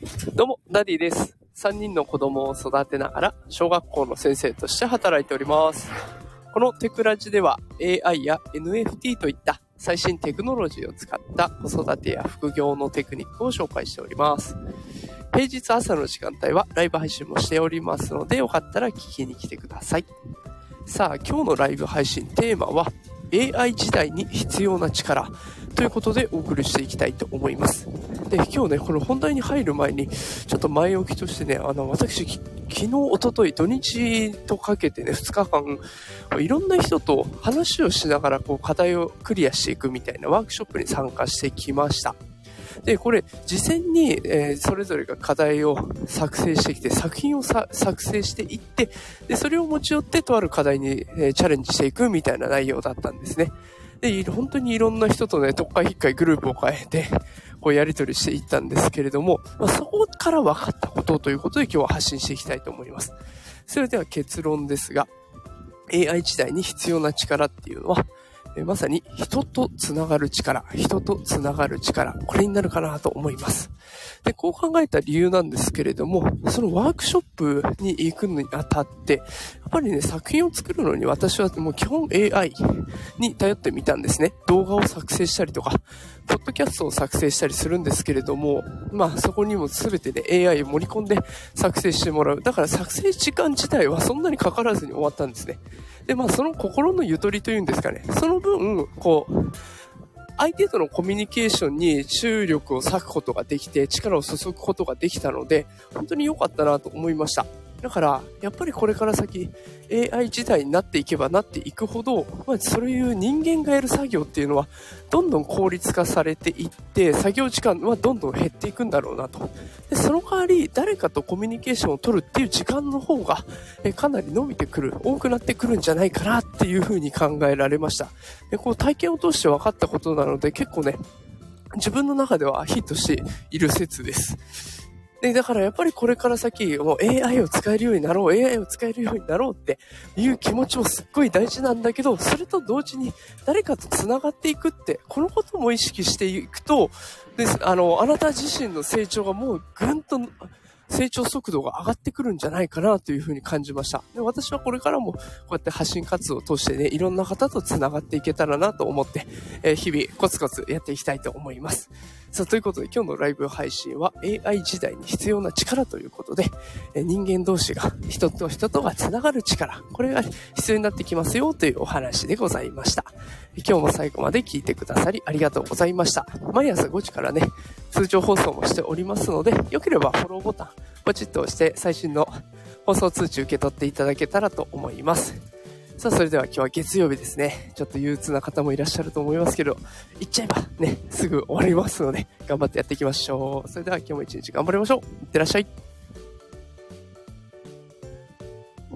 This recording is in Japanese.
どうも、ダディです。3人の子供を育てながら、小学校の先生として働いております。このテクラジでは AI や NFT といった最新テクノロジーを使った子育てや副業のテクニックを紹介しております。平日朝の時間帯はライブ配信もしておりますので、よかったら聞きに来てください。さあ、今日のライブ配信テーマは AI 時代に必要な力ということでお送りしていきたいと思います。で、今日ね、この本題に入る前にちょっと前置きとしてね、私昨日、一昨日土日とかけてね、2日間いろんな人と話をしながら課題をクリアしていくみたいなワークショップに参加してきました。で、これ、事前に、それぞれが課題を作成してきて、作品を作成していって、で、それを持ち寄ってとある課題に、チャレンジしていくみたいな内容だったんですね。で、本当にいろんな人とね、とっかいひっかいグループを変えて、やり取りしていったんですけれども、そこから分かったことということで今日は発信していきたいと思います。それでは結論ですが、AI 時代に必要な力っていうのは、まさに人とつながる力、これになるかなと思います。で、こう考えた理由なんですけれども、そのワークショップに行くのにあたって、やっぱりね、作品を作るのに私はもう基本 AI に頼ってみたんですね。動画を作成したりとか、ポッドキャストを作成したりするんですけれども、そこにも全てね、AI を盛り込んで作成してもらう。だから作成時間自体はそんなにかからずに終わったんですね。で、その心のゆとりというんですかね。その分、相手とのコミュニケーションに注力を割くことができて、力を注ぐことができたので、本当に良かったなと思いました。だから、やっぱりこれから先、AI 時代になっていけばなっていくほど、そういう人間がやる作業っていうのは、どんどん効率化されていって、作業時間はどんどん減っていくんだろうなと。で、その代わり、誰かとコミュニケーションを取るっていう時間の方が、かなり伸びてくる、多くなってくるんじゃないかなっていうふうに考えられました。で、体験を通して分かったことなので、結構ね、自分の中ではヒットしている説です。で、だからやっぱりこれから先、もう AI を使えるようになろうっていう気持ちもすっごい大事なんだけど、それと同時に誰かと繋がっていくって、このことも意識していくと、あなた自身の成長がもうぐんと成長速度が上がってくるんじゃないかなというふうに感じました。で、私はこれからもこうやって発信活動を通してね、いろんな方と繋がっていけたらなと思って、日々コツコツやっていきたいと思います。さあ、ということで今日のライブ配信は AI 時代に必要な力ということで、人間同士が人と人とが繋がる力、これが必要になってきますよというお話でございました。今日も最後まで聞いてくださりありがとうございました。毎朝5時からね、通常放送もしておりますので、よければフォローボタンポチッと押して最新の放送通知受け取っていただけたらと思います。さあ、それでは今日は月曜日ですね。ちょっと憂鬱な方もいらっしゃると思いますけど、行っちゃえばね、すぐ終わりますので、頑張ってやっていきましょう。それでは今日も一日頑張りましょう。いってらっしゃい。